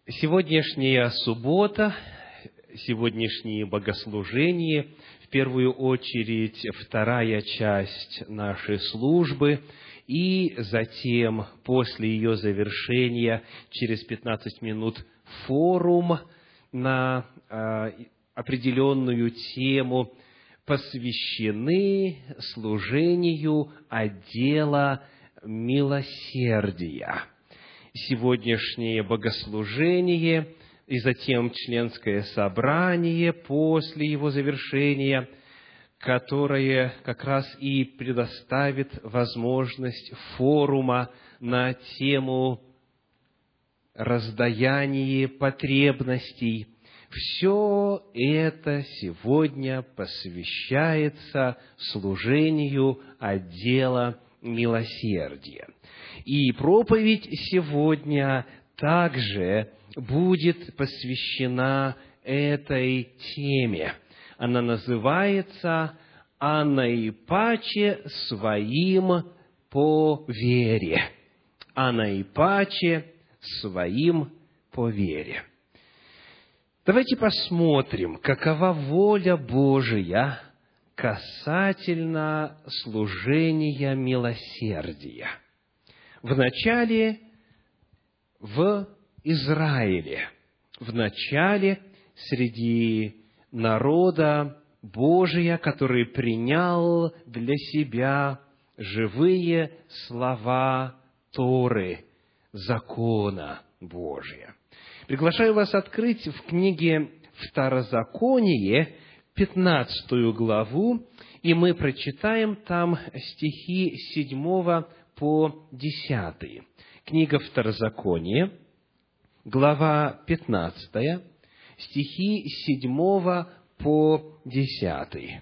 Сегодняшняя суббота, сегодняшнее богослужение, в первую очередь вторая часть нашей службы, и затем, после ее завершения, через 15 минут, форум на определенную тему посвящены служению отдела милосердия. Сегодняшнее богослужение и затем членское собрание после его завершения, которое как раз и предоставит возможность форума на тему раздаяние потребностей. Все это сегодня посвящается служению отдела милосердия. И проповедь сегодня также будет посвящена этой теме. Она называется «А наипаче своим по вере». «А наипаче своим по вере». Давайте посмотрим, какова воля Божия касательно служения милосердия. Вначале в Израиле, вначале среди народа Божия, который принял для себя живые слова Торы, закона Божия. Приглашаю вас открыть в книге Второзаконие 15 главу, и мы прочитаем там стихи 7 по 10. Книга Второзаконие, глава 15, стихи 7 по 10.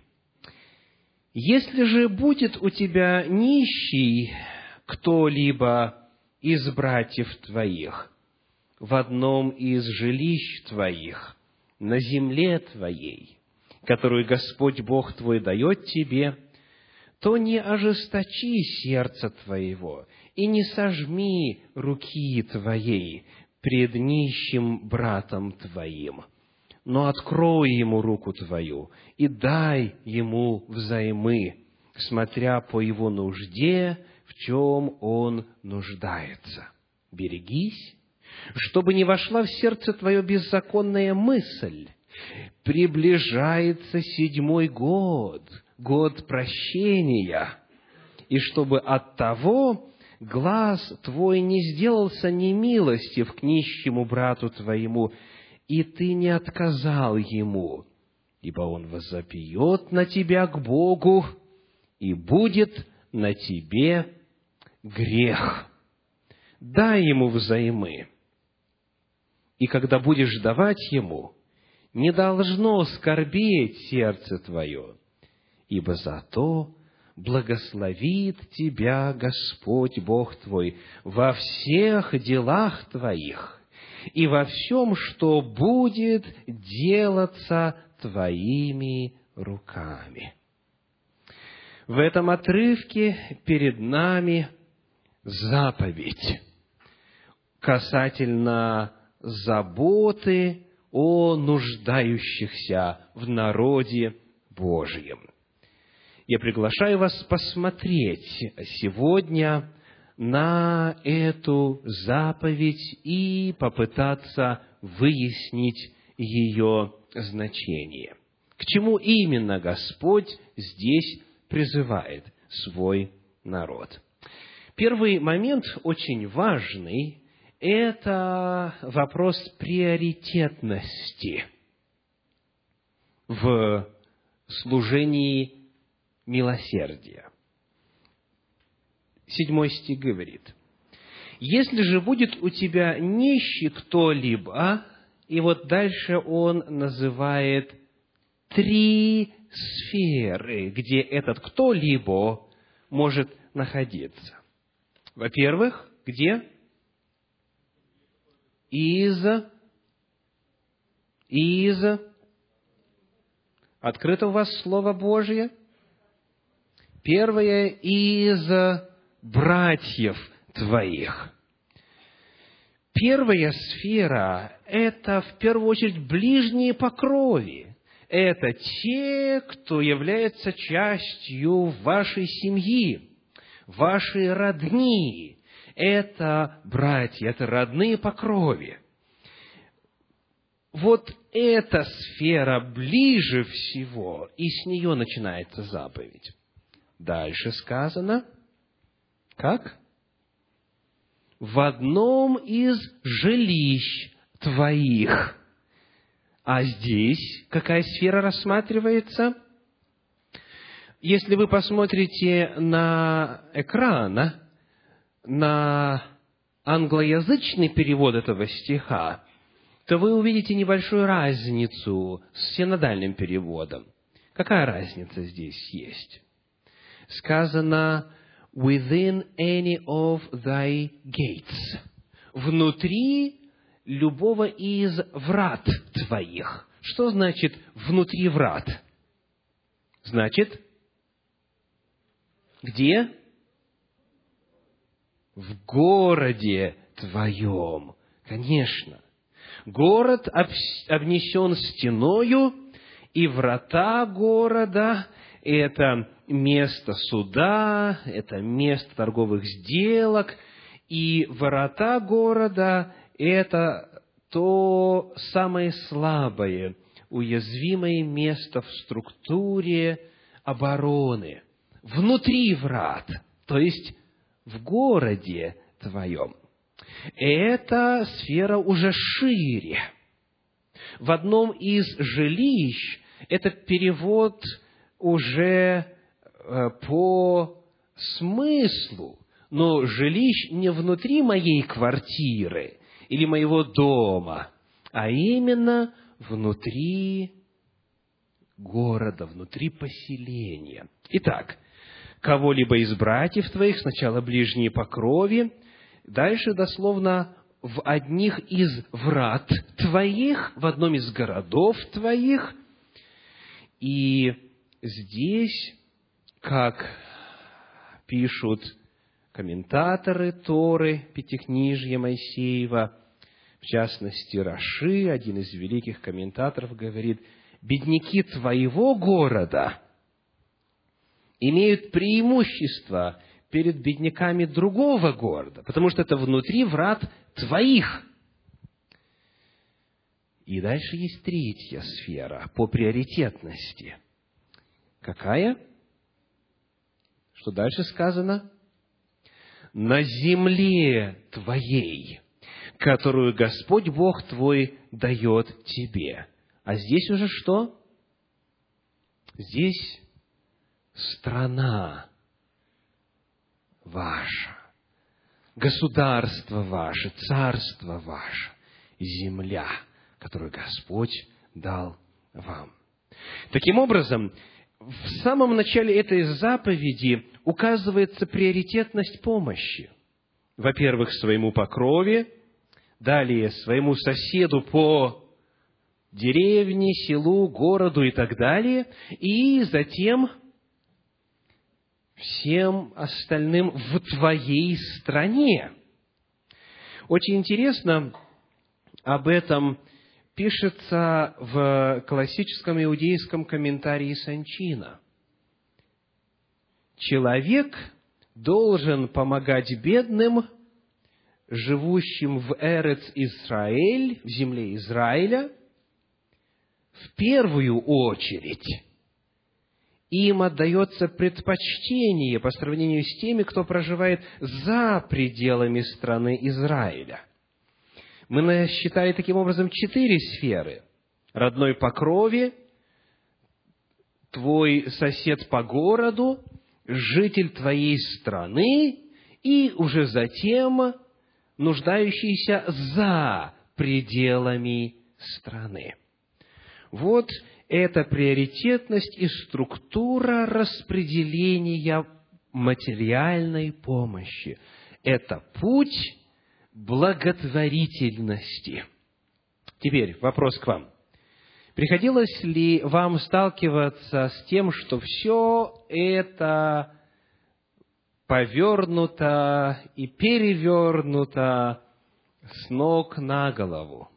«Если же будет у тебя нищий кто-либо из братьев твоих в одном из жилищ твоих, на земле твоей, которую Господь Бог твой дает тебе, то не ожесточи сердца твоего и не сожми руки твоей пред нищим братом твоим, но открой ему руку твою и дай ему взаймы, смотря по его нужде, в чем он нуждается. Берегись, чтобы не вошла в сердце твое беззаконная мысль. Приближается 7-й год, год прощения, и чтобы оттого глаз твой не сделался немилостив к нищему брату твоему, и ты не отказал ему, ибо он возопьет на тебя к Богу, и будет на тебе грех. Дай ему взаймы, и когда будешь давать ему, не должно скорбеть сердце твое, ибо зато благословит тебя Господь Бог твой во всех делах твоих и во всем, что будет делаться твоими руками». В этом отрывке перед нами заповедь касательно заботы о нуждающихся в народе Божьем. Я приглашаю вас посмотреть сегодня на эту заповедь и попытаться выяснить ее значение. К чему именно Господь здесь призывает свой народ? Первый момент, очень важный, это вопрос приоритетности в служении милосердия. 7 стих говорит: «Если же будет у тебя нищий кто-либо», и вот дальше он называет 3 сферы, где этот кто-либо может находиться. Во-первых, где? Открыто у вас Слово Божье? Первое, из братьев твоих. Первая сфера – это, в первую очередь, ближние по крови. Это те, кто является частью вашей семьи, вашей родни. Это братья, это родные по крови. Вот эта сфера ближе всего, и с нее начинается заповедь. Дальше сказано, как? В одном из жилищ твоих. А здесь какая сфера рассматривается? Если вы посмотрите на экран, на англоязычный перевод этого стиха, то вы увидите небольшую разницу с синодальным переводом. Какая разница здесь есть? Сказано «within any of thy gates» – внутри любого из врат твоих. Что значит «внутри врат»? Значит, где? В городе твоем. Конечно. Город обнесен стеною, и врата города – это место суда, это место торговых сделок, и врата города – это то самое слабое, уязвимое место в структуре обороны, внутри врат, то есть в городе твоем. Эта сфера уже шире. В одном из жилищ этот перевод уже по смыслу, но жилищ не внутри моей квартиры или моего дома, а именно внутри города, внутри поселения. Итак, кого-либо из братьев твоих, сначала ближние по крови, дальше дословно в одних из врат твоих, в одном из городов твоих. И здесь, как пишут комментаторы Торы, Пятикнижья Моисеева, в частности, Раши, один из великих комментаторов, говорит: бедняки твоего города имеют преимущество перед бедняками другого города, потому что это внутри врат твоих. И дальше есть третья сфера по приоритетности. Какая? Что дальше сказано? На земле твоей, которую Господь Бог твой дает тебе. А здесь уже что? Здесь страна ваша, государство ваше, царство ваше, земля, которую Господь дал вам. Таким образом, в самом начале этой заповеди указывается приоритетность помощи. Во-первых, своему по крови, далее своему соседу по деревне, селу, городу и так далее, и затем всем остальным в твоей стране. Очень интересно об этом пишется в классическом иудейском комментарии Санчина. Человек должен помогать бедным, живущим в Эрец-Исраэль, в земле Израиля, в первую очередь. Им отдается предпочтение по сравнению с теми, кто проживает за пределами страны Израиля. Мы насчитали таким образом 4 сферы. Родной по крови, твой сосед по городу, житель твоей страны и уже затем нуждающийся за пределами страны. Вот это приоритетность и структура распределения материальной помощи. Это путь благотворительности. Теперь вопрос к вам. Приходилось ли вам сталкиваться с тем, что все это повернуто и перевернуто с ног на голову.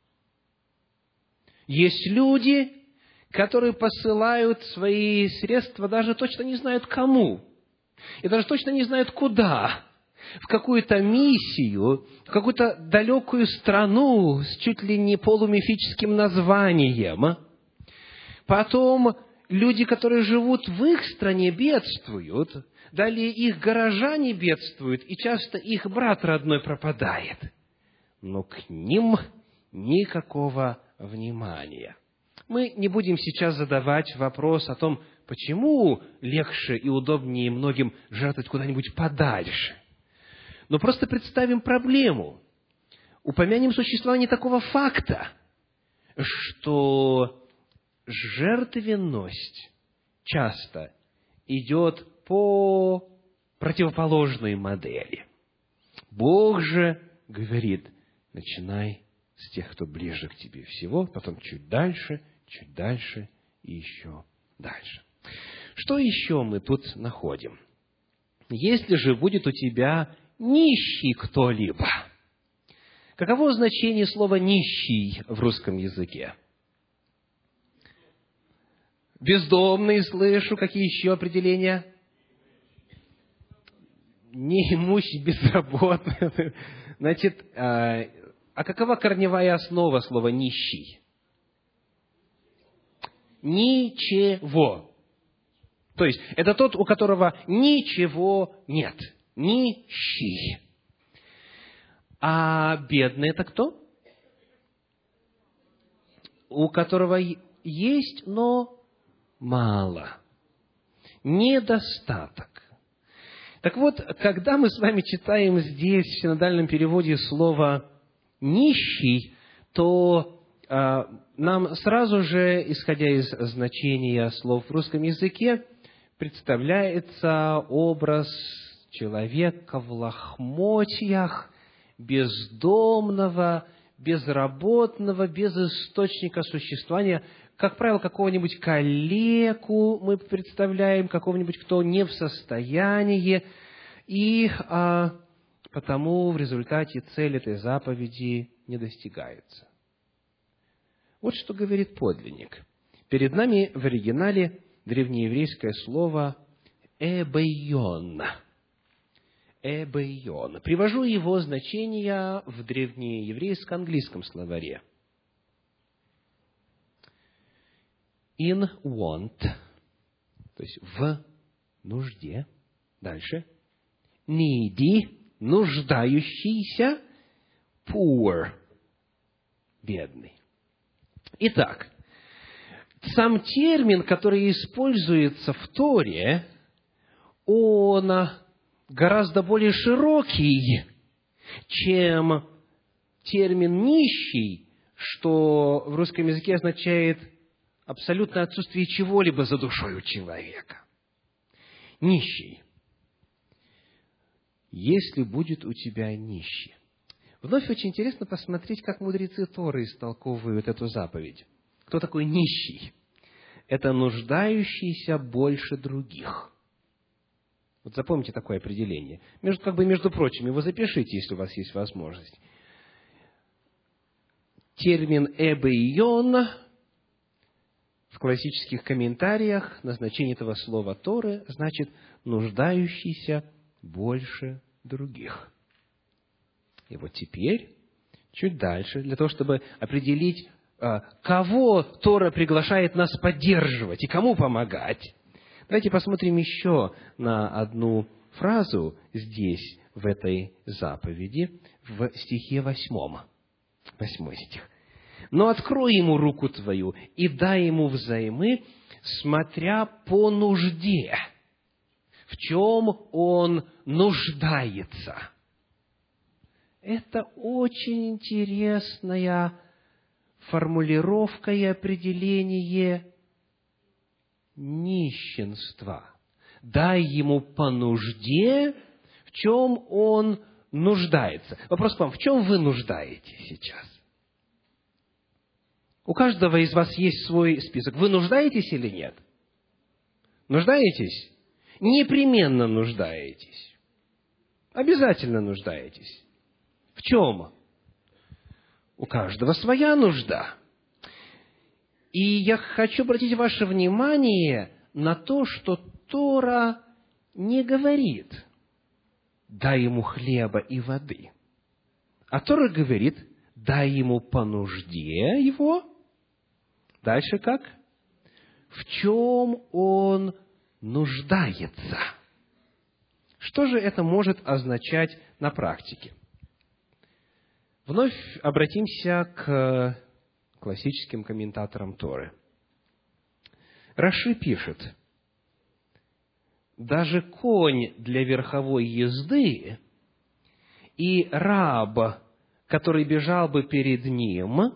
Есть люди, которые посылают свои средства, даже точно не знают кому, и даже точно не знают куда, в какую-то миссию, в какую-то далекую страну с чуть ли не полумифическим названием. Потом люди, которые живут в их стране, бедствуют, далее их горожане бедствуют, и часто их брат родной пропадает. Но к ним никакого внимания. Мы не будем сейчас задавать вопрос о том, почему легче и удобнее многим жертвовать куда-нибудь подальше. Но просто представим проблему. Упомянем существование такого факта, что жертвенность часто идет по противоположной модели. Бог же говорит: начинай с тех, кто ближе к тебе всего, потом чуть дальше и еще дальше. Что еще мы тут находим? Если же будет у тебя нищий кто-либо, каково значение слова «нищий» в русском языке? Бездомный, слышу. Какие еще определения? Неимущий, безработный. Значит, а какова корневая основа слова «нищий»? Ничего. То есть, это тот, у которого ничего нет. Нищий. А бедный это кто? У которого есть, но мало. Недостаток. Так вот, когда мы с вами читаем здесь в синодальном переводе слово «нищий», то нам сразу же, исходя из значения слов в русском языке, представляется образ человека в лохмотьях, бездомного, безработного, без источника существования. Как правило, какого-нибудь калеку мы представляем, какого-нибудь, кто не в состоянии, и потому в результате цель этой заповеди не достигается. Вот что говорит подлинник. Перед нами в оригинале древнееврейское слово «эбейон». «Эбейон». Привожу его значение в древнееврейско-английском словаре. In want, то есть в нужде. Дальше. Needy, нуждающийся. Poor, бедный. Итак, сам термин, который используется в Торе, он гораздо более широкий, чем термин «нищий», что в русском языке означает абсолютное отсутствие чего-либо за душой у человека. Нищий. Если будет у тебя нищий. Вновь очень интересно посмотреть, как мудрецы Торы истолковывают эту заповедь. Кто такой нищий? Это нуждающийся больше других. Вот запомните такое определение. Между прочим, его запишите, если у вас есть возможность. Термин «эбейон» в классических комментариях на значение этого слова Торы значит «нуждающийся больше других». И вот теперь, чуть дальше, для того, чтобы определить, кого Тора приглашает нас поддерживать и кому помогать, давайте посмотрим еще на одну фразу здесь, в этой заповеди, в стихе 8. 8 стих. «Но открой ему руку твою и дай ему взаймы, смотря по нужде, в чем он нуждается». Это очень интересная формулировка и определение нищенства. Дай ему по нужде, в чем он нуждается. Вопрос к вам: в чем вы нуждаетесь сейчас? У каждого из вас есть свой список. Вы нуждаетесь или нет? Нуждаетесь? Непременно нуждаетесь. Обязательно нуждаетесь. В чем? У каждого своя нужда. И я хочу обратить ваше внимание на то, что Тора не говорит: дай ему хлеба и воды. А Тора говорит: дай ему по нужде его. Дальше как? В чем он нуждается. Что же это может означать на практике? Вновь обратимся к классическим комментаторам Торы. Раши пишет: даже конь для верховой езды и раб, который бежал бы перед ним,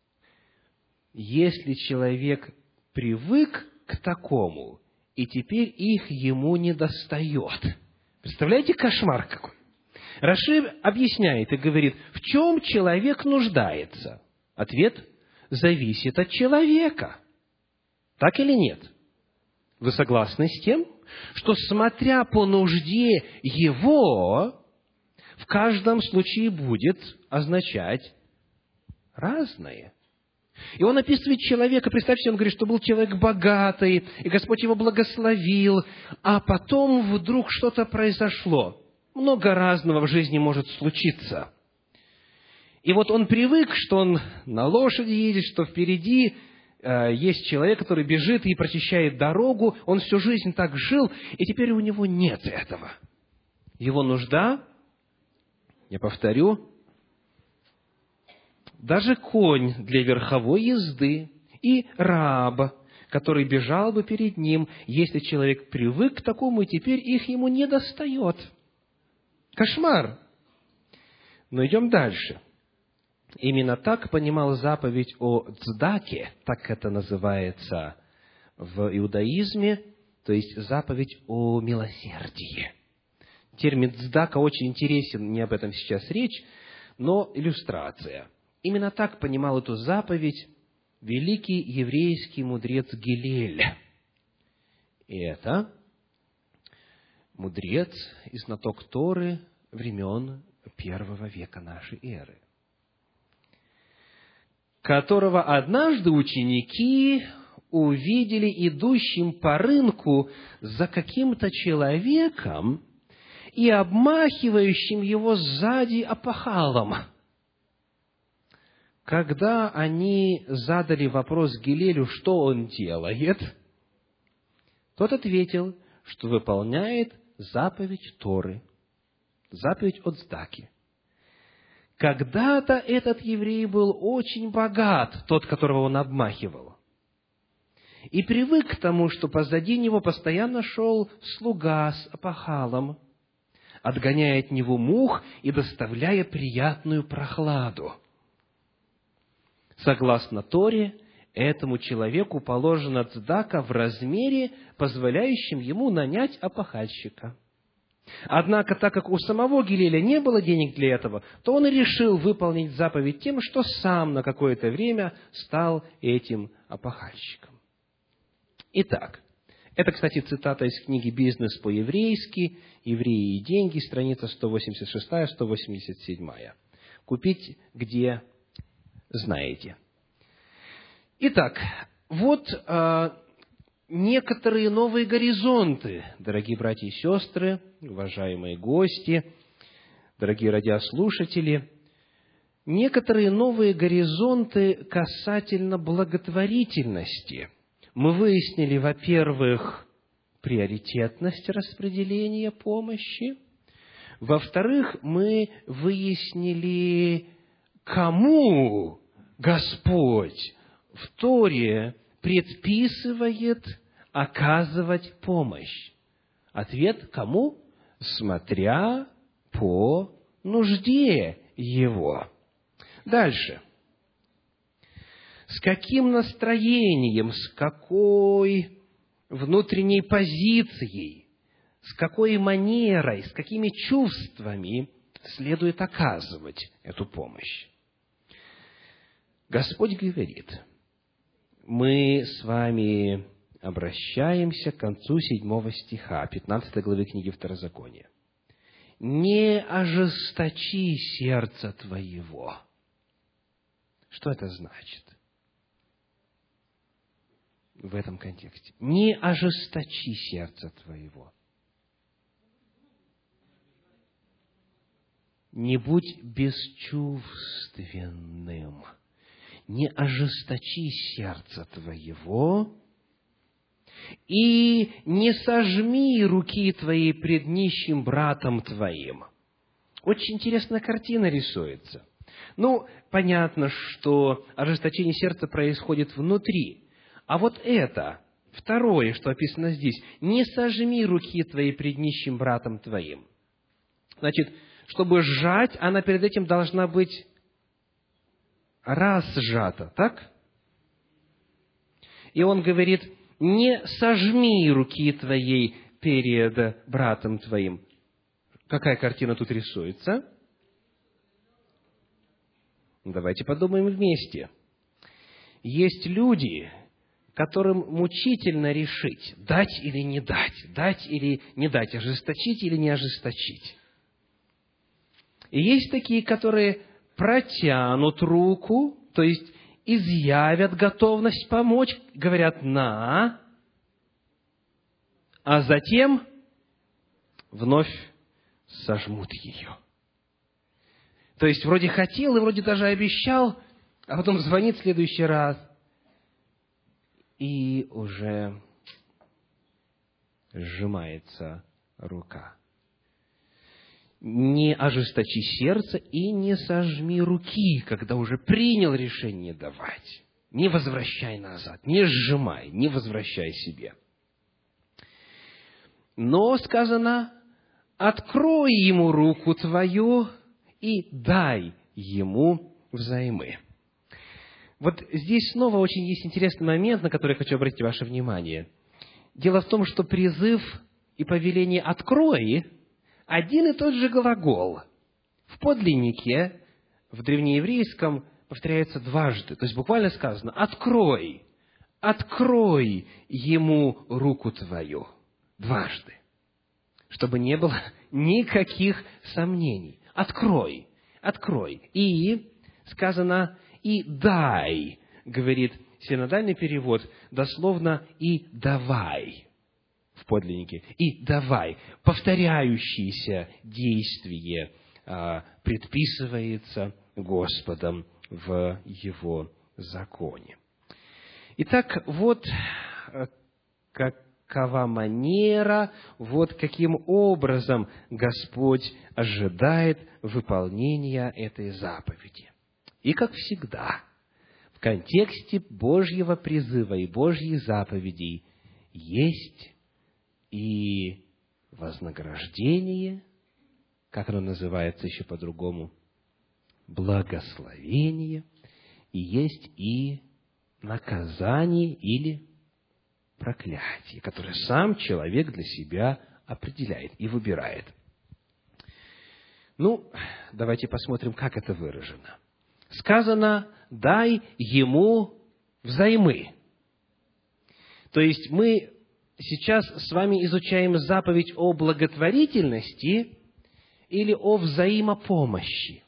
если человек привык к такому, и теперь их ему не достает. Представляете, кошмар какой? Раши объясняет и говорит, в чем человек нуждается. Ответ зависит от человека. Так или нет? Вы согласны с тем, что, смотря по нужде его, в каждом случае будет означать разное? И он описывает человека, представьте, он говорит, что был человек богатый, и Господь его благословил, а потом вдруг что-то произошло. Много разного в жизни может случиться. И вот он привык, что он на лошади едет, что впереди есть человек, который бежит и прочищает дорогу, он всю жизнь так жил, и теперь у него нет этого. Его нужда, я повторю, даже конь для верховой езды и раб, который бежал бы перед ним, если человек привык к такому, и теперь их ему не достает. Кошмар! Но идем дальше. Именно так понимал заповедь о цдаке, так это называется в иудаизме, то есть заповедь о милосердии. Термин цдака очень интересен, не об этом сейчас речь, но иллюстрация. Именно так понимал эту заповедь великий еврейский мудрец Гилель. И это мудрец и знаток Торы времен первого века нашей эры, которого однажды ученики увидели идущим по рынку за каким-то человеком и обмахивающим его сзади опахалом. Когда они задали вопрос Гилелю, что он делает, тот ответил, что выполняет заповедь Торы, заповедь о цдаке. Когда-то этот еврей был очень богат, тот, которого он обмахивал, и привык к тому, что позади него постоянно шел слуга с опахалом, отгоняя от него мух и доставляя приятную прохладу. Согласно Торе, этому человеку положена цдака в размере, позволяющем ему нанять опахальщика. Однако, так как у самого Гилеля не было денег для этого, то он и решил выполнить заповедь тем, что сам на какое-то время стал этим опахальщиком. Итак, это, кстати, цитата из книги «Бизнес по-еврейски», «Евреи и деньги», страница 186-187. Купить где знаете. Итак, вот некоторые новые горизонты, дорогие братья и сестры, уважаемые гости, дорогие радиослушатели, некоторые новые горизонты касательно благотворительности. Мы выяснили, во-первых, приоритетность распределения помощи. Во-вторых, мы выяснили, кому Господь в Торе предписывает оказывать помощь. Ответ – кому? Смотря по нужде его. Дальше. С каким настроением, с какой внутренней позицией, с какой манерой, с какими чувствами следует оказывать эту помощь? Господь говорит, мы с вами обращаемся к концу 7 стиха, 15 главы книги Второзакония. «Не ожесточи сердца твоего». Что это значит в этом контексте? Не ожесточи сердце твоего. Не будь бесчувственным. Не ожесточи сердце твоего и не сожми руки твои пред нищим братом твоим. Очень интересная картина рисуется. Понятно, что ожесточение сердца происходит внутри. А вот это, второе, что описано здесь, не сожми руки твои пред нищим братом твоим. Значит, чтобы сжать, она перед этим должна быть разжата, так? И он говорит, не сожми руки твоей перед братом твоим. Какая картина тут рисуется? Давайте подумаем вместе. Есть люди, которым мучительно решить, дать или не дать, ожесточить или не ожесточить. И есть такие, которые протянут руку, то есть изъявят готовность помочь, говорят «на», а затем вновь сожмут ее. То есть вроде хотел и вроде даже обещал, а потом звонит в следующий раз, и уже сжимается рука. Не ожесточи сердце и не сожми руки, когда уже принял решение давать. Не возвращай назад, не сжимай, не возвращай себе. Но сказано, открой ему руку твою и дай ему взаймы. Вот здесь снова очень есть интересный момент, на который я хочу обратить ваше внимание. Дело в том, что призыв и повеление «открой» один и тот же глагол. В подлиннике, в древнееврейском, повторяется дважды. То есть буквально сказано «открой ему руку твою». Дважды. Чтобы не было никаких сомнений. Открой. И сказано «и дай», говорит синодальный перевод, дословно «и давай». В подлиннике. И давай. Повторяющееся действие предписывается Господом в Его законе. Итак, вот какова манера, вот каким образом Господь ожидает выполнения этой заповеди. И, как всегда, в контексте Божьего призыва и Божьей заповедей есть и вознаграждение, как оно называется еще по-другому, благословение, и есть и наказание или проклятие, которое сам человек для себя определяет и выбирает. Давайте посмотрим, как это выражено. Сказано, дай ему взаймы. То есть мы сейчас с вами изучаем заповедь о благотворительности или о взаимопомощи.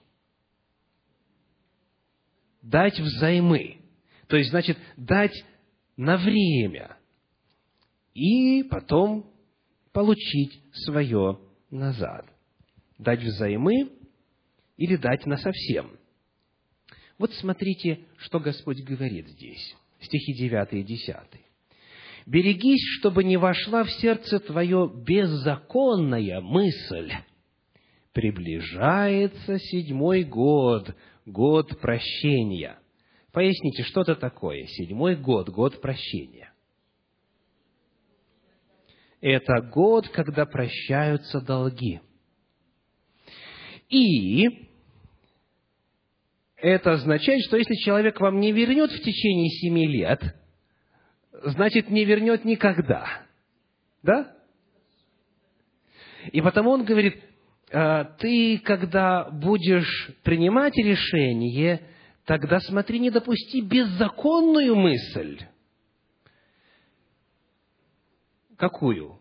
Дать взаймы. То есть, значит, дать на время и потом получить свое назад. Дать взаймы или дать насовсем. Вот смотрите, что Господь говорит здесь. Стихи 9 и 10. «Берегись, чтобы не вошла в сердце твое беззаконная мысль. Приближается 7-й год, год прощения». Поясните, что это такое? 7-й год, год прощения. Это год, когда прощаются долги. И это означает, что если человек вам не вернет в течение 7 лет, значит, не вернет никогда. Да? И потому он говорит, ты, когда будешь принимать решение, тогда смотри, не допусти беззаконную мысль. Какую?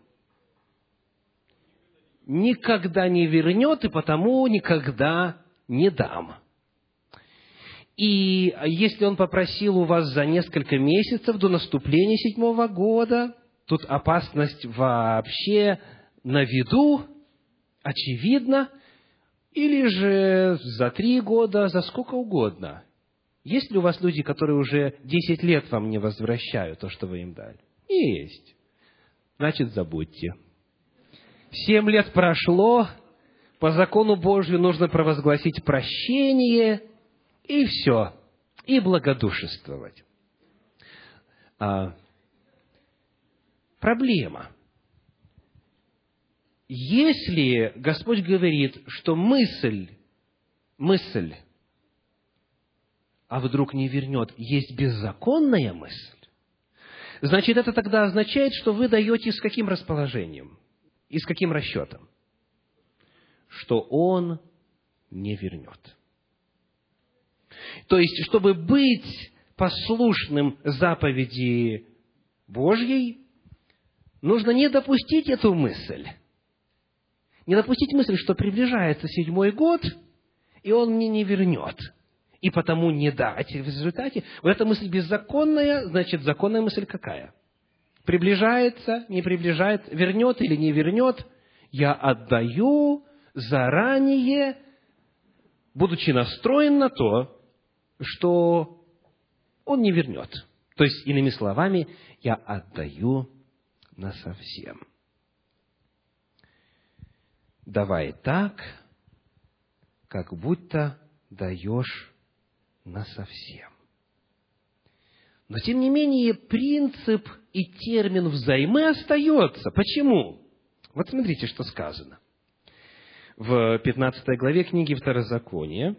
Никогда не вернет, и потому никогда не дам. И если он попросил у вас за несколько месяцев до наступления 7-го года, тут опасность вообще на виду, очевидно, или же за 3 года, за сколько угодно. Есть ли у вас люди, которые уже 10 лет вам не возвращают то, что вы им дали? Есть. Значит, забудьте. 7 лет прошло, по закону Божию нужно провозгласить прощение, и все, и благодушествовать. Проблема. Если Господь говорит, что мысль, а вдруг не вернет, есть беззаконная мысль, значит, это тогда означает, что вы даете с каким расположением и с каким расчетом? Что Он не вернет. То есть, чтобы быть послушным заповеди Божьей, нужно не допустить эту мысль. Не допустить мысль, что приближается 7-й год, и Он мне не вернет. И потому не дать. В результате, вот эта мысль беззаконная, значит, законная мысль какая? Приближается, не приближается, вернет или не вернет. Я отдаю заранее, будучи настроен на то, что Он не вернет. То есть, иными словами, я отдаю насовсем. Давай так, как будто даешь насовсем. Но, тем не менее, принцип и термин взаймы остается. Почему? Вот смотрите, что сказано. В 15 главе книги Второзакония,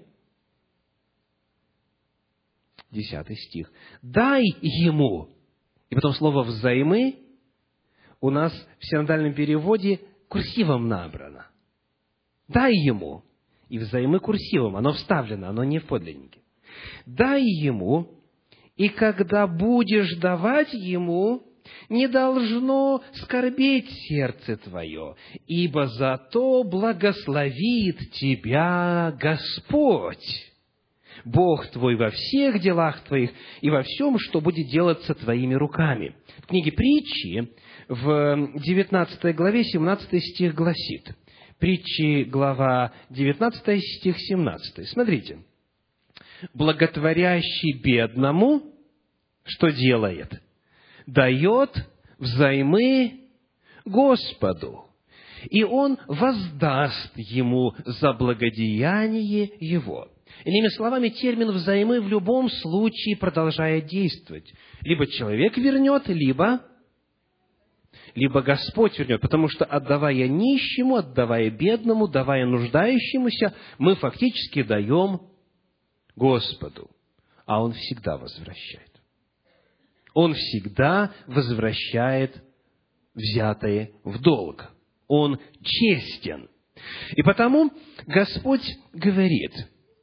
10 стих. «Дай ему». И потом слово «взаймы» у нас в синодальном переводе курсивом набрано. «Дай ему». И взаймы курсивом. Оно вставлено, оно не в подлиннике. «Дай ему, и когда будешь давать ему, не должно скорбеть сердце твое, ибо зато благословит тебя Господь, Бог твой во всех делах твоих и во всем, что будет делаться твоими руками». В книге Притчи, в 19 главе, 17 стих гласит. Притчи, глава 19, стих 17. Смотрите. «Благотворящий бедному, что делает? Дает взаймы Господу, и Он воздаст ему за благодеяние его». Иными словами, термин «взаймы» в любом случае продолжает действовать. Либо человек вернет, либо Господь вернет. Потому что, отдавая нищему, отдавая бедному, давая нуждающемуся, мы фактически даем Господу. А Он всегда возвращает. Он всегда возвращает взятое в долг. Он честен. И потому Господь говорит: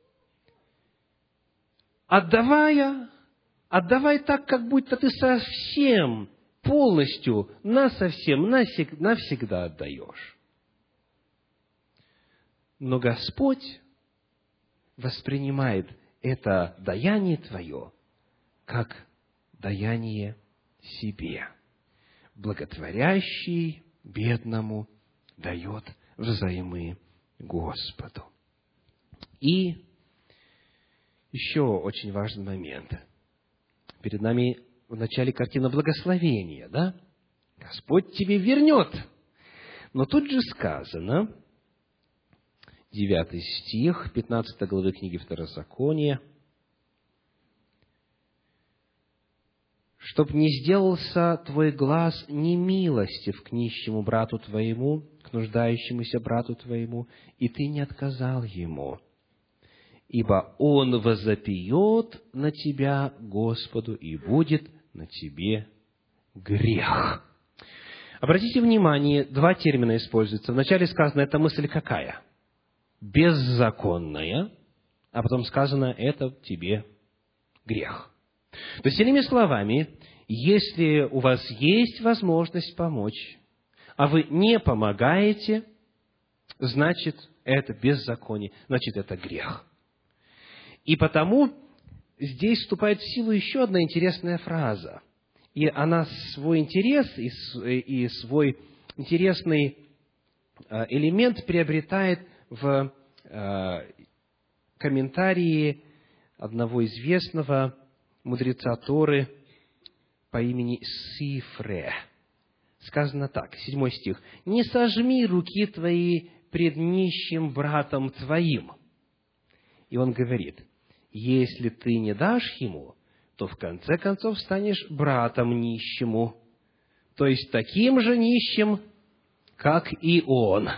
отдавай так, как будто ты совсем, полностью, насовсем, навсегда отдаешь. Но Господь воспринимает это даяние твое как даяние себе. Благотворящий бедному дает взаймы Господу. И еще очень важный момент. Перед нами в начале картина благословения, да? Господь тебе вернет. Но тут же сказано, 9 стих, 15 главы книги Второзакония, «Чтоб не сделался твой глаз немилостив к нищему брату твоему, к нуждающемуся брату твоему, и ты не отказал ему, ибо он возопьет на тебя Господу, и будет на тебе грех». Обратите внимание, 2 термина используются. Вначале сказано, эта мысль какая? Беззаконная, а потом сказано, это тебе грех. То есть, иными словами, если у вас есть возможность помочь, а вы не помогаете, значит, это беззаконие, значит, это грех. И потому здесь вступает в силу еще одна интересная фраза. И она свой интерес и свой интересный элемент приобретает в комментарии одного известного мудреца Торы по имени Сифре. Сказано так, 7 стих. «Не сожми руки твои пред нищим братом твоим». И он говорит, если ты не дашь ему, то в конце концов станешь братом нищему, то есть таким же нищим, как и он.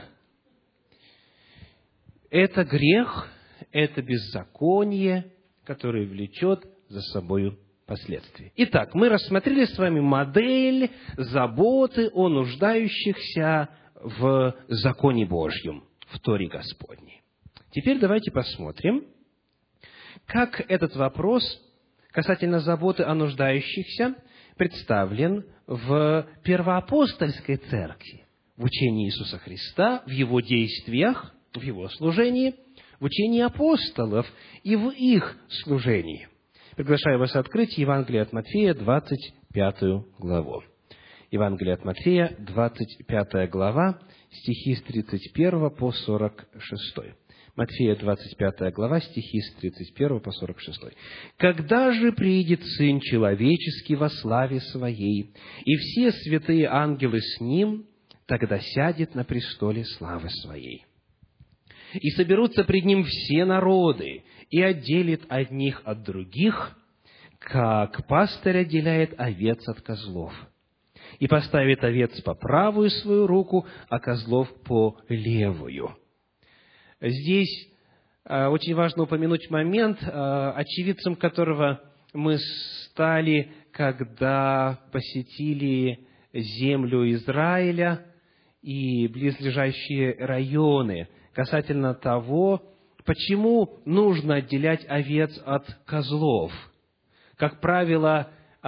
Это грех, это беззаконие, которое влечет за собою последствия. Итак, мы рассмотрели с вами модель заботы о нуждающихся в законе Божьем, в Торе Господней. Теперь давайте посмотрим, как этот вопрос касательно заботы о нуждающихся представлен в первоапостольской церкви, в учении Иисуса Христа, в Его действиях, в Его служении, в учении апостолов и в их служении. Приглашаю вас открыть Евангелие от Матфея, 25 главу. Евангелие от Матфея, 25 глава, стихи с 31 по 46. Матфея, 25 глава, стихи с 31 по 46. «Когда же приидет Сын Человеческий во славе Своей, и все святые ангелы с Ним, тогда сядет на престоле славы Своей. И соберутся пред Ним все народы, и отделит одних от других, как пастырь отделяет овец от козлов, и поставит овец по правую свою руку, а козлов по левую». Здесь очень важно упомянуть момент, очевидцем которого мы стали, когда посетили землю Израиля и близлежащие районы, касательно того, почему нужно отделять овец от козлов. Как правило,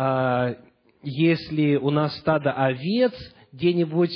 если у нас стадо овец где-нибудь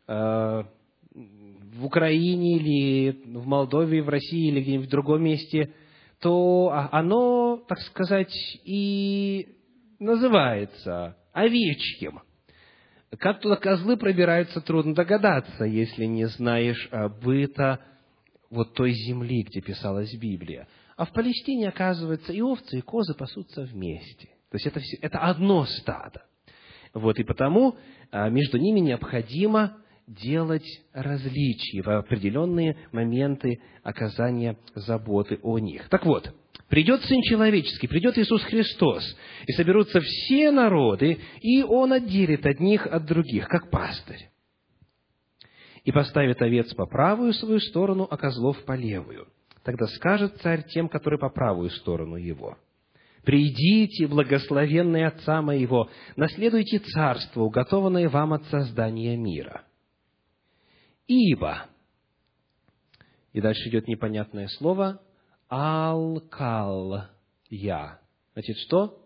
в Украине или в Молдове, в России или где-нибудь в другом месте, то оно, так сказать, и называется овечьим. Как туда козлы пробираются, трудно догадаться, если не знаешь быта вот той земли, где писалась Библия. А в Палестине, оказывается, и овцы, и козы пасутся вместе. То есть это одно стадо. Вот, и потому между ними необходимо делать различия в определенные моменты оказания заботы о них. Так вот, придет Сын Человеческий, придет Иисус Христос, и соберутся все народы, и Он отделит одних от других, как пастырь, и поставит овец по правую свою сторону, а козлов по левую. Тогда скажет царь тем, которые по правую сторону его: «Придите, благословенные Отца моего, наследуйте царство, уготованное вам от создания мира. Ибо...» И дальше идет непонятное слово «алкал я». Значит, что?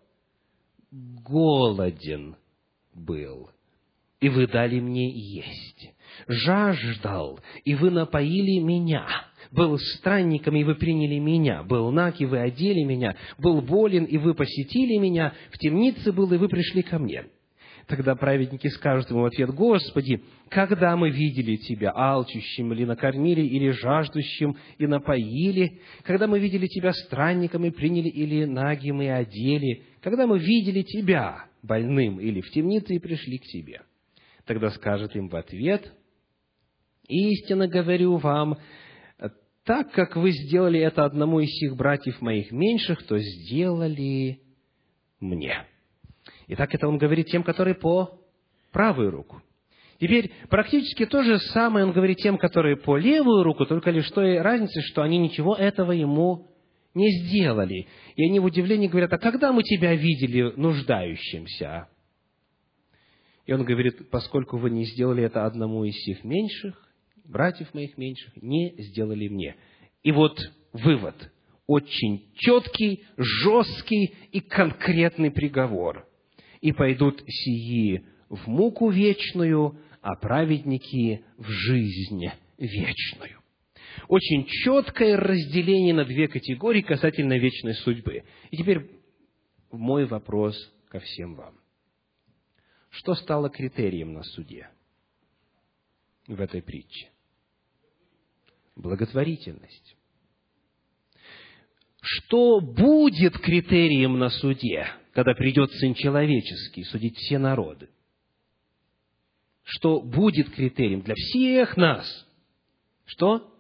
«Голоден был, и вы дали мне есть. Жаждал, и вы напоили меня. Был странником, и вы приняли меня. Был наг, и вы одели меня. Был болен, и вы посетили меня. В темнице был, и вы пришли ко мне». Тогда праведники скажут ему в ответ: «Господи, когда мы видели Тебя алчущим, или накормили, или жаждущим, и напоили? Когда мы видели Тебя странником, и приняли, или нагим, и одели? Когда мы видели Тебя больным, или в темнице, и пришли к Тебе?» Тогда скажет им в ответ: «Истинно говорю вам, так как вы сделали это одному из сих братьев моих меньших, то сделали мне». Итак, это он говорит тем, которые по правую руку. Теперь практически то же самое он говорит тем, которые по левую руку, только лишь той разница, что они ничего этого ему не сделали. И они в удивлении говорят: «А когда мы тебя видели нуждающимся?» И он говорит: «Поскольку вы не сделали это одному из сих меньших, братьев моих меньших, не сделали мне». И вот вывод. Очень четкий, жесткий и конкретный приговор. «И пойдут сии в муку вечную, а праведники в жизнь вечную». Очень четкое разделение на две категории касательно вечной судьбы. И теперь мой вопрос ко всем вам. Что стало критерием на суде в этой притче? Благотворительность. Что будет критерием на суде, когда придет Сын Человеческий судить все народы? Что будет критерием для всех нас? Что?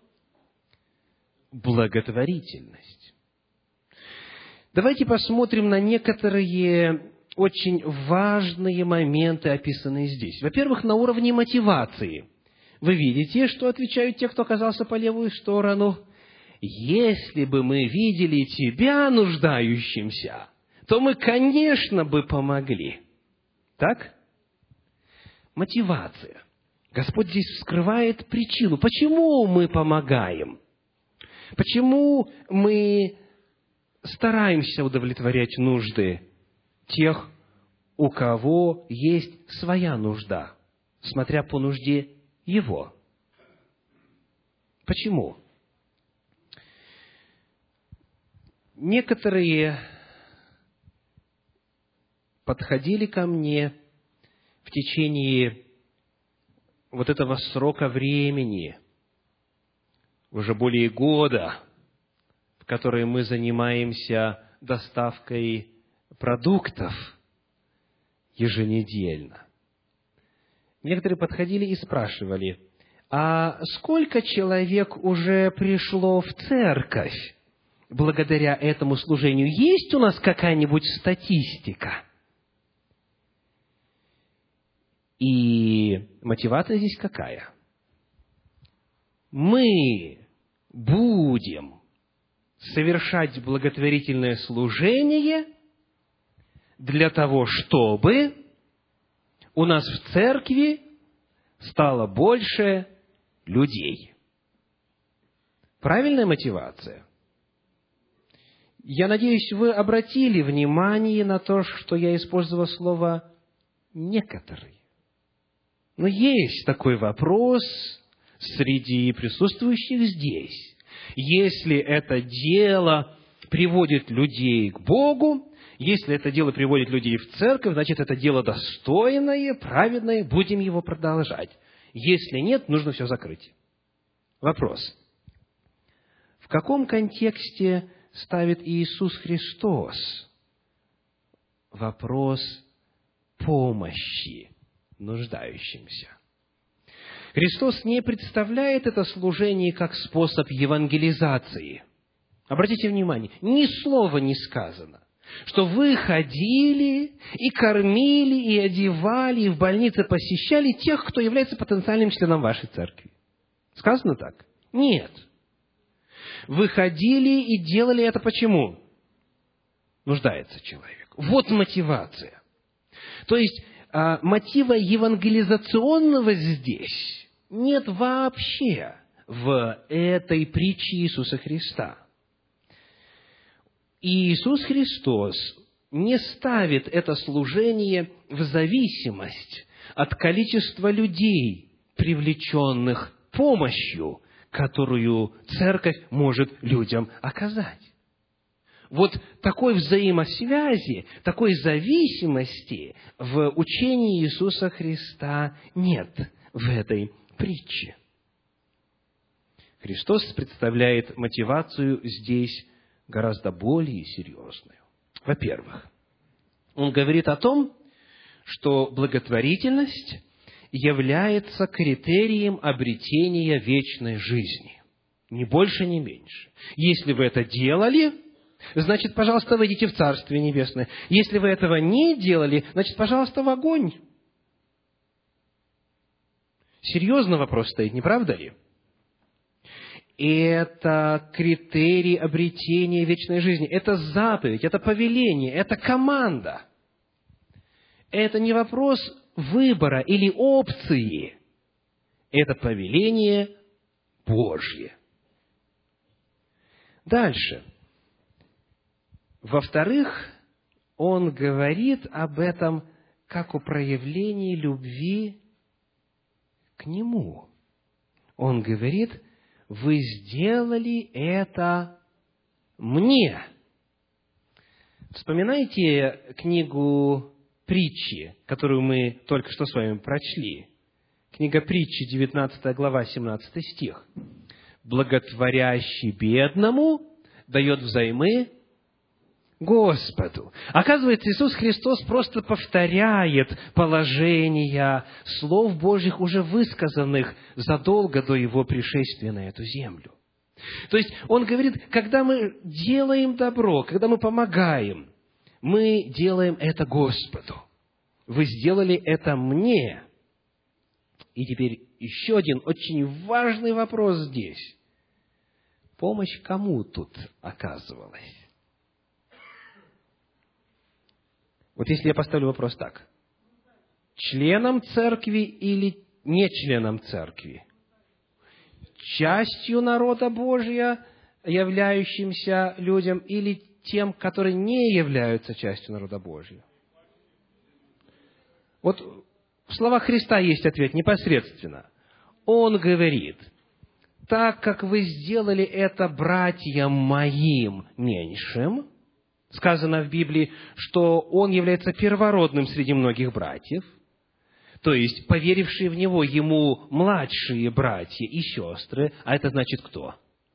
Благотворительность. Давайте посмотрим на некоторые очень важные моменты, описанные здесь. Во-первых, на уровне мотивации. Вы видите, что отвечают те, кто оказался по левую сторону? Если бы мы видели тебя нуждающимся, то мы, конечно, бы помогли. Так? Мотивация. Господь здесь вскрывает причину. Почему мы помогаем? Почему мы стараемся удовлетворять нужды тех, у кого есть своя нужда, смотря по нужде его? Почему? Некоторые подходили ко мне в течение вот этого срока времени, уже более года, в который мы занимаемся доставкой продуктов еженедельно. Некоторые подходили и спрашивали: а сколько человек уже пришло в церковь благодаря этому служению? Есть у нас какая-нибудь статистика? И мотивация здесь какая? Мы будем совершать благотворительное служение для того, чтобы у нас в церкви стало больше людей. Правильная мотивация? Я надеюсь, вы обратили внимание на то, что я использовал слово «некоторые». Но есть такой вопрос среди присутствующих здесь. Если это дело приводит людей к Богу, если это дело приводит людей в церковь, значит, это дело достойное, праведное, будем его продолжать. Если нет, нужно все закрыть. Вопрос. В каком контексте ставит Иисус Христос вопрос помощи нуждающимся? Христос не представляет это служение как способ евангелизации. Обратите внимание, ни слова не сказано, что вы ходили и кормили, и одевали, и в больнице посещали тех, кто является потенциальным членом вашей церкви. Сказано так? Нет. Вы ходили и делали это почему? Нуждается человек. Вот мотивация. То есть, мотива евангелизационного здесь нет вообще в этой притче Иисуса Христа. И Иисус Христос не ставит это служение в зависимость от количества людей, привлеченных помощью, которую церковь может людям оказать. Вот такой взаимосвязи, такой зависимости в учении Иисуса Христа нет в этой притче. Христос представляет мотивацию здесь гораздо более серьезную. Во-первых, Он говорит о том, что благотворительность является критерием обретения вечной жизни. Ни больше, ни меньше. Если вы это делали, значит, пожалуйста, войдите в Царствие Небесное. Если вы этого не делали, значит, пожалуйста, в огонь. Серьезный вопрос стоит, не правда ли? Это критерий обретения вечной жизни. Это заповедь, это повеление, это команда. Это не вопрос выбора или опции. Это повеление Божье. Дальше. Во-вторых, он говорит об этом как о проявлении любви к Нему. Он говорит: вы сделали это мне. Вспоминаете книгу Притчи, которую мы только что с вами прочли? Книга Притчи, 19 глава, 17 стих. «Благотворящий бедному дает взаймы Господу». Оказывается, Иисус Христос просто повторяет положения слов Божьих, уже высказанных задолго до Его пришествия на эту землю. То есть, Он говорит, когда мы делаем добро, когда мы помогаем, мы делаем это Господу. Вы сделали это мне. И теперь еще один очень важный вопрос здесь. Помощь кому тут оказывалась? Вот если я поставлю вопрос так. Членам церкви или не членам церкви? Частью народа Божия, являющимся людям, или тем, которые не являются частью народа Божия? Вот в словах Христа есть ответ непосредственно. Он говорит: так как вы сделали это братьям моим меньшим, сказано в Библии, что Он является первородным среди многих братьев, то есть поверившие в Него Ему младшие братья и сестры, а это значит кто?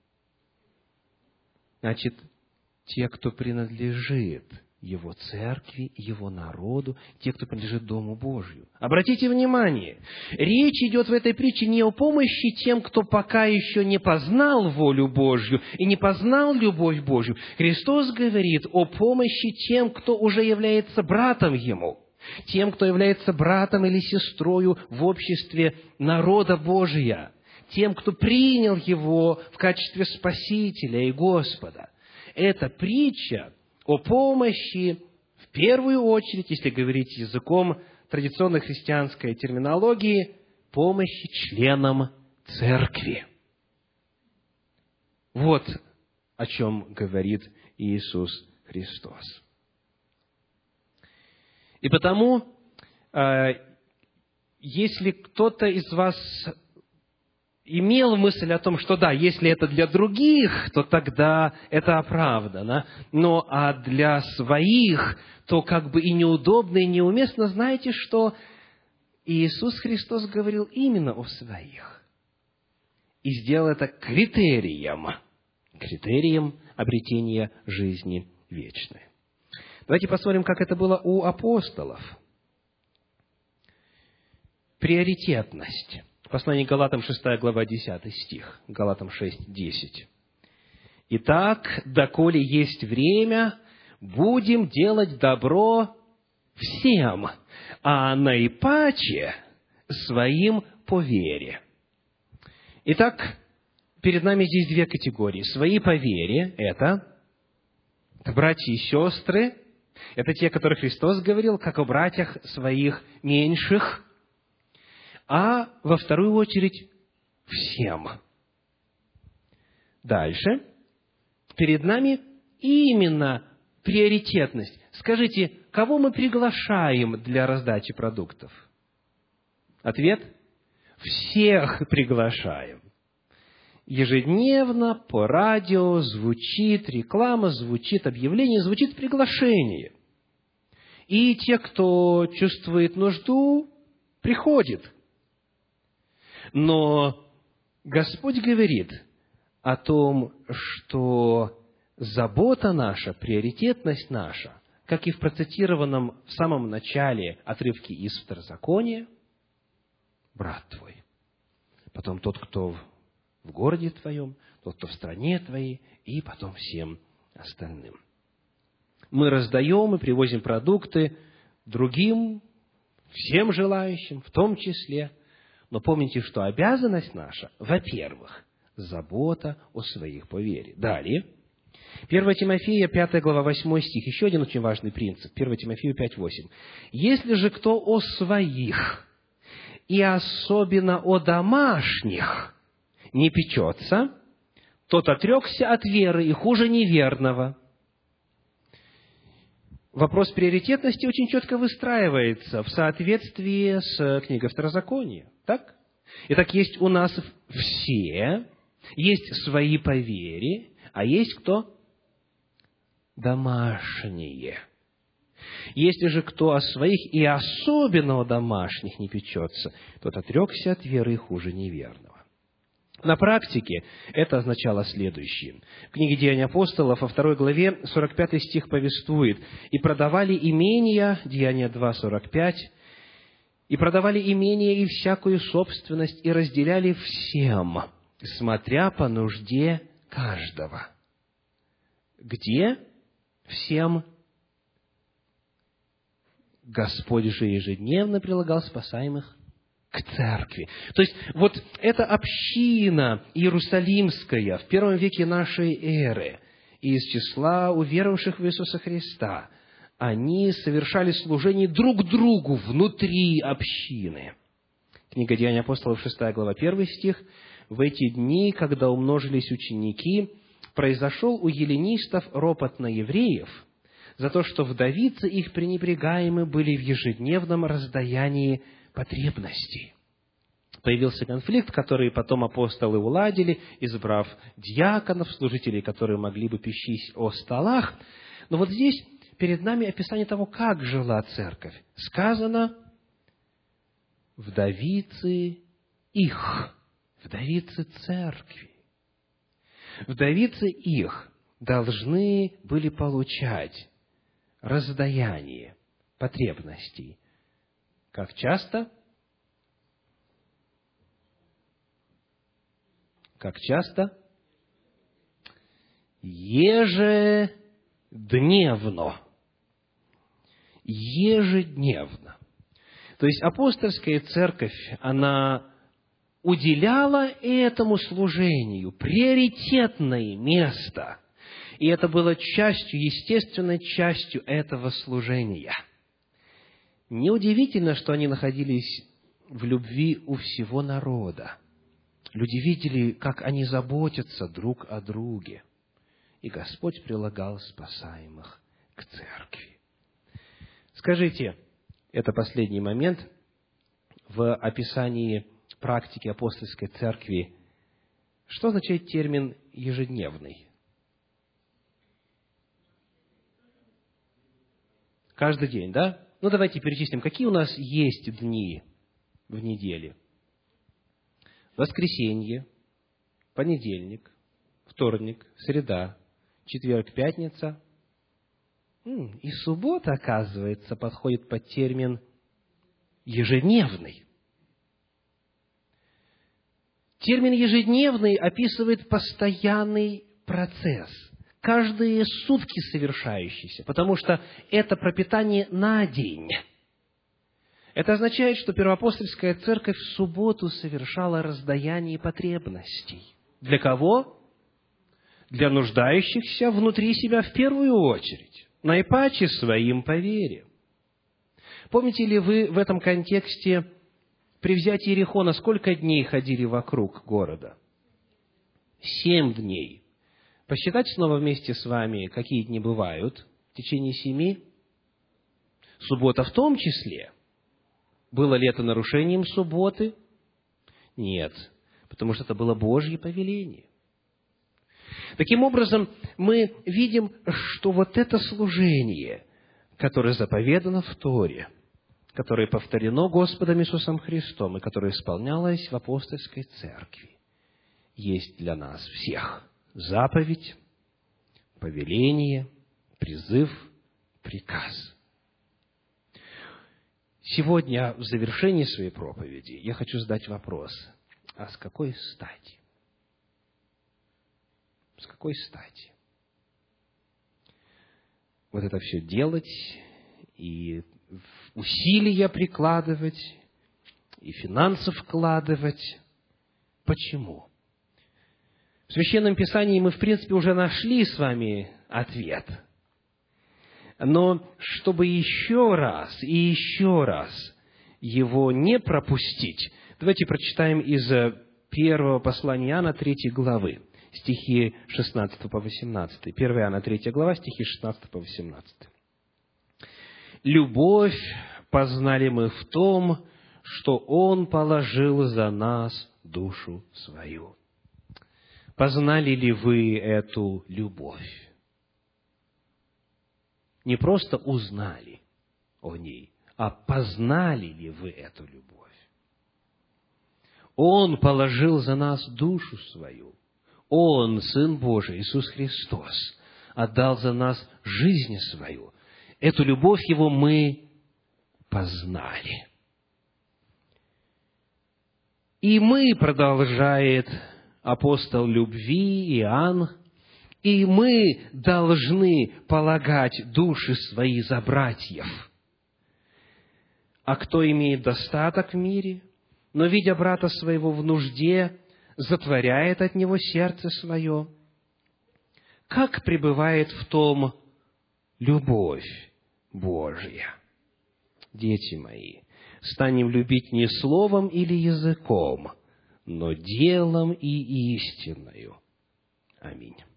Значит, те, кто принадлежит Его церкви, Его народу, те, кто принадлежит Дому Божию. Обратите внимание, речь идет в этой притче не о помощи тем, кто пока еще не познал волю Божью и не познал любовь Божью. Христос говорит о помощи тем, кто уже является братом Ему, тем, кто является братом или сестрою в обществе народа Божия, тем, кто принял Его в качестве Спасителя и Господа. Эта притча о помощи, в первую очередь, если говорить языком традиционной христианской терминологии, помощи членам церкви. Вот о чем говорит Иисус Христос. И потому, если кто-то из вас имел мысль о том, что да, если это для других, то тогда это оправдано, но а для своих, то как бы и неудобно, и неуместно, знаете, что Иисус Христос говорил именно о своих. И сделал это критерием обретения жизни вечной. Давайте посмотрим, как это было у апостолов. Приоритетность. Послание к Галатам, 6 глава, 10 стих. Галатам 6, 10. «Итак, доколе есть время, будем делать добро всем, а наипаче своим по вере». Итак, перед нами здесь две категории. Свои по вере – это братья и сестры, это те, о которых Христос говорил, как о братьях своих меньших, а во вторую очередь всем. Дальше. Перед нами именно приоритетность. Скажите, кого мы приглашаем для раздачи продуктов? Ответ – всех приглашаем. Ежедневно по радио звучит реклама, звучит объявление, звучит приглашение. И те, кто чувствует нужду, приходит. Но Господь говорит о том, что забота наша, приоритетность наша, как и в процитированном в самом начале отрывке из Второзакония, брат твой, потом тот, кто в городе твоем, тот, кто в стране твоей, и потом всем остальным. Мы раздаем и привозим продукты другим, всем желающим, в том числе. Но помните, что обязанность наша, во-первых, забота о своих по вере. Далее, 1 Тимофея, 5 глава, 8 стих, еще один очень важный принцип, 1 Тимофею 5, 8. «Если же кто о своих, и особенно о домашних, не печется, тот отрекся от веры и хуже неверного». Вопрос приоритетности очень четко выстраивается в соответствии с книгой Второзакония. Так? Итак, есть у нас все, есть свои по вере, а есть кто? домашние. Если же кто о своих и особенно о домашних не печется, тот отрекся от веры и хуже неверного». На практике это означало следующее. В книге «Деяния апостолов» во 2 главе 45 стих повествует: «И продавали имения», Деяния 2:45, «и продавали имения и всякую собственность, и разделяли всем, смотря по нужде каждого». Где всем? Господь же ежедневно прилагал спасаемых к церкви. То есть, вот эта община иерусалимская в первом веке нашей эры из числа уверовавших в Иисуса Христа, они совершали служение друг другу внутри общины. Книга «Деяния апостолов», 6 глава, 1 стих. «В эти дни, когда умножились ученики, произошел у еллинистов ропот на евреев за то, что вдовицы их пренебрегаемы были в ежедневном раздаянии потребностей». Появился конфликт, который потом апостолы уладили, избрав диаконов, служителей, которые могли бы пищись о столах. Но вот здесь перед нами описание того, как жила церковь. Сказано: «вдовицы их», вдовицы церкви. Вдовицы их должны были получать раздаяние потребностей. Как часто? Как часто? Ежедневно. Ежедневно. То есть апостольская церковь, она уделяла этому служению приоритетное место. И это было частью, естественной частью этого служения. Неудивительно, что они находились в любви у всего народа. Люди видели, как они заботятся друг о друге. И Господь прилагал спасаемых к церкви. Скажите, это последний момент в описании практики апостольской церкви. Что означает термин «ежедневный»? Каждый день, да? Ну, давайте перечислим, какие у нас есть дни в неделе. Воскресенье, понедельник, вторник, среда, четверг, пятница. И суббота, оказывается, подходит под термин «ежедневный». Термин «ежедневный» описывает постоянный процесс, каждые сутки совершающийся, потому что это пропитание на день. Это означает, что первоапостольская церковь в субботу совершала раздаяние потребностей. Для кого? Для нуждающихся внутри себя в первую очередь, наипаче своим по вере. Помните ли вы в этом контексте при взятии Иерихона сколько дней ходили вокруг города? 7 дней. Посчитайте снова вместе с вами, какие дни бывают в течение 7. Суббота в том числе. Было ли это нарушением субботы? Нет, потому что это было Божье повеление. Таким образом, мы видим, что вот это служение, которое заповедано в Торе, которое повторено Господом Иисусом Христом и которое исполнялось в апостольской церкви, есть для нас всех заповедь, повеление, призыв, приказ. Сегодня, в завершении своей проповеди, я хочу задать вопрос: а с какой стати? С какой стати? Вот это все делать, и усилия прикладывать, и финансы вкладывать. Почему? В Священном Писании мы, в принципе, уже нашли с вами ответ. Но чтобы еще раз и еще раз его не пропустить, давайте прочитаем из первого послания Иоанна 3 главы, стихи 16 по 18. 1 Иоанна 3 глава, стихи 16 по 18. «Любовь познали мы в том, что Он положил за нас душу свою». Познали ли вы эту любовь? Не просто узнали о ней, а познали ли вы эту любовь? Он положил за нас душу свою. Он, Сын Божий, Иисус Христос, отдал за нас жизнь свою. Эту любовь Его мы познали. И мы, продолжает апостол любви Иоанн, и мы должны полагать души свои за братьев. А кто имеет достаток в мире, но, видя брата своего в нужде, затворяет от него сердце свое, как пребывает в том любовь Божья? Дети мои, станем любить не словом или языком, но делом и истинною. Аминь.